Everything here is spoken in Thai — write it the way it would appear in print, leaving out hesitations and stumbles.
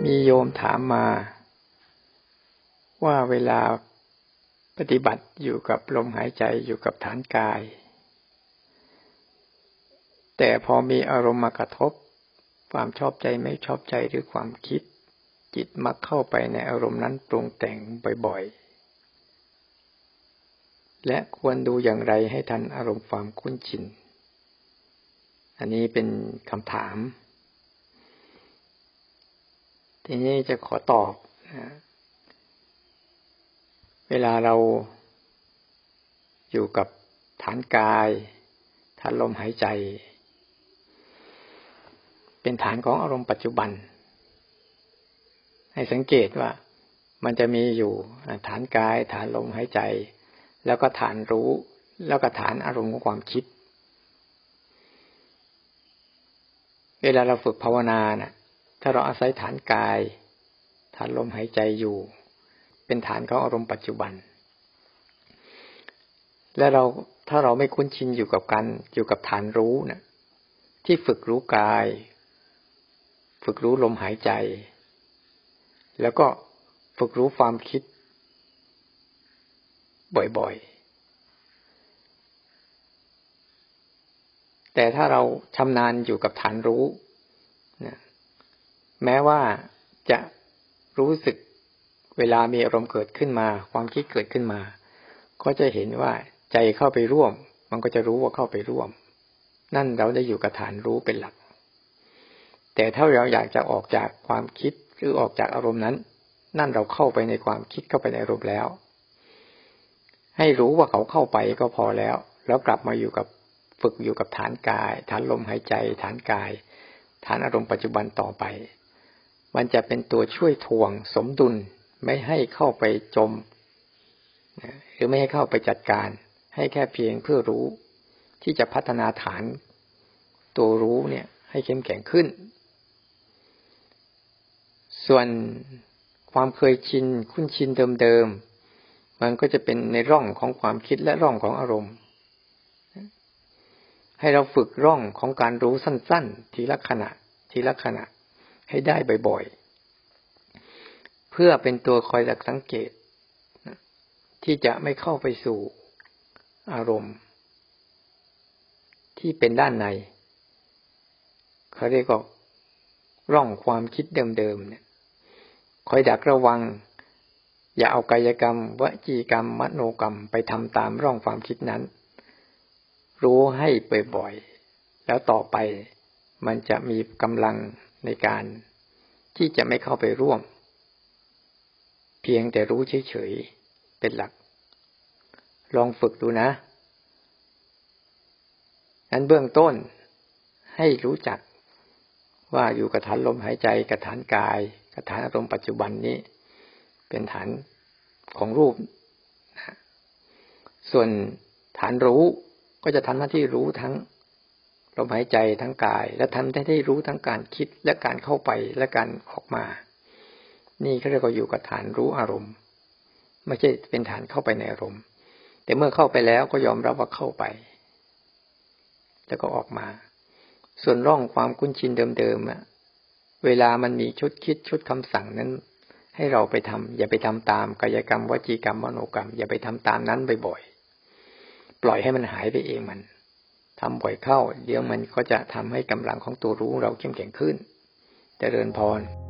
มีโยมถามมาว่าเวลาปฏิบัติอยู่กับลมหายใจอยู่กับฐานกายแต่พอมีอารมณ์มากระทบความชอบใจไม่ชอบใจหรือความคิดจิตมักเข้าไปในอารมณ์นั้นปรุงแต่งบ่อยๆและควรดูอย่างไรให้ทันอารมณ์ความคุ้นชินอันนี้เป็นคำถามทีนี้จะขอตอบเวลาเราอยู่กับฐานกายฐานลมหายใจเป็นฐานของอารมณ์ปัจจุบันให้สังเกตว่ามันจะมีอยู่ฐานกายฐานลมหายใจแล้วก็ฐานรู้แล้วก็ฐานอารมณ์ของความคิดเวลาเราฝึกภาวนาถ้าเราอาศัยฐานกายฐานลมหายใจอยู่เป็นฐานของอารมณ์ปัจจุบันและถ้าเราไม่คุ้นชินอยู่กับฐานรู้ที่ฝึกรู้กายฝึกรู้ลมหายใจแล้วก็ฝึกรู้ความคิดบ่อยๆแต่ถ้าเราชำนาญอยู่กับฐานรู้แม้ว่าจะรู้สึกเวลามีอารมณ์เกิดขึ้นมาความคิดเกิดขึ้นมาก็จะเห็นว่าใจเข้าไปร่วมมันก็จะรู้ว่าเข้าไปร่วมนั่นเราได้อยู่กับฐานรู้เป็นหลักแต่ถ้าเราอยากจะออกจากความคิดหรือออกจากอารมณ์นั้นนั่นเราเข้าไปในความคิดเข้าไปในอารมณ์แล้วให้รู้ว่าเขาเข้าไปก็พอแล้วกลับมาฝึกอยู่กับฐานกายฐานลมหายใจฐานกายฐานอารมณ์ปัจจุบันต่อไปมันจะเป็นตัวช่วยทวงสมดุลไม่ให้เข้าไปจมหรือไม่ให้เข้าไปจัดการให้แค่เพียงเพื่อรู้ที่จะพัฒนาฐานตัวรู้ให้เข้มแข็งขึ้นส่วนความเคยชินคุ้นชินเดิมๆมันก็จะเป็นในร่องของความคิดและร่องของอารมณ์ให้เราฝึกร่องของการรู้สั้นๆทีละขณะให้ได้บ่อยๆเพื่อเป็นตัวคอยสังเกตที่จะไม่เข้าไปสู่อารมณ์ที่เป็นด้านในเขาเรียกว่าร่องความคิดเดิมๆคอยดักระวังอย่าเอากายกรรมวจีกรรมมโนกรรมไปทำตามร่องความคิดนั้นรู้ให้บ่อยๆแล้วต่อไปมันจะมีกำลังในการที่จะไม่เข้าไปร่วมเพียงแต่รู้เฉยๆเป็นหลักลองฝึกดูนะงั้นเบื้องต้นให้รู้จักว่าอยู่กับฐานลมหายใจกับฐานกายกับฐานอารมณ์ปัจจุบันนี้เป็นฐานของรูปส่วนฐานรู้ก็จะทำหน้าที่รู้ทั้งลมหายใจทั้งกายและทำหน้าที่รู้ทั้งการคิดและการเข้าไปและการออกมานี่เขาเรียกว่าอยู่กับฐานรู้อารมณ์ไม่ใช่เป็นฐานเข้าไปในอารมณ์แต่เมื่อเข้าไปแล้วก็ยอมรับว่าเข้าไปแล้วก็ออกมาส่วนร่องความคุ้นชินเดิมๆเวลามันมีชุดคิดชุดคำสั่งนั้นให้เราไปทำอย่าไปทำตามกายกรรมวจีกรรมมโนกรรมอย่าไปทำตามนั้นบ่อยๆปล่อยให้มันหายไปเองมันทำบ่อยเข้าเดี๋ยวมันก็จะทำให้กำลังของตัวรู้เราเข้มแข็งขึ้นเจริญพร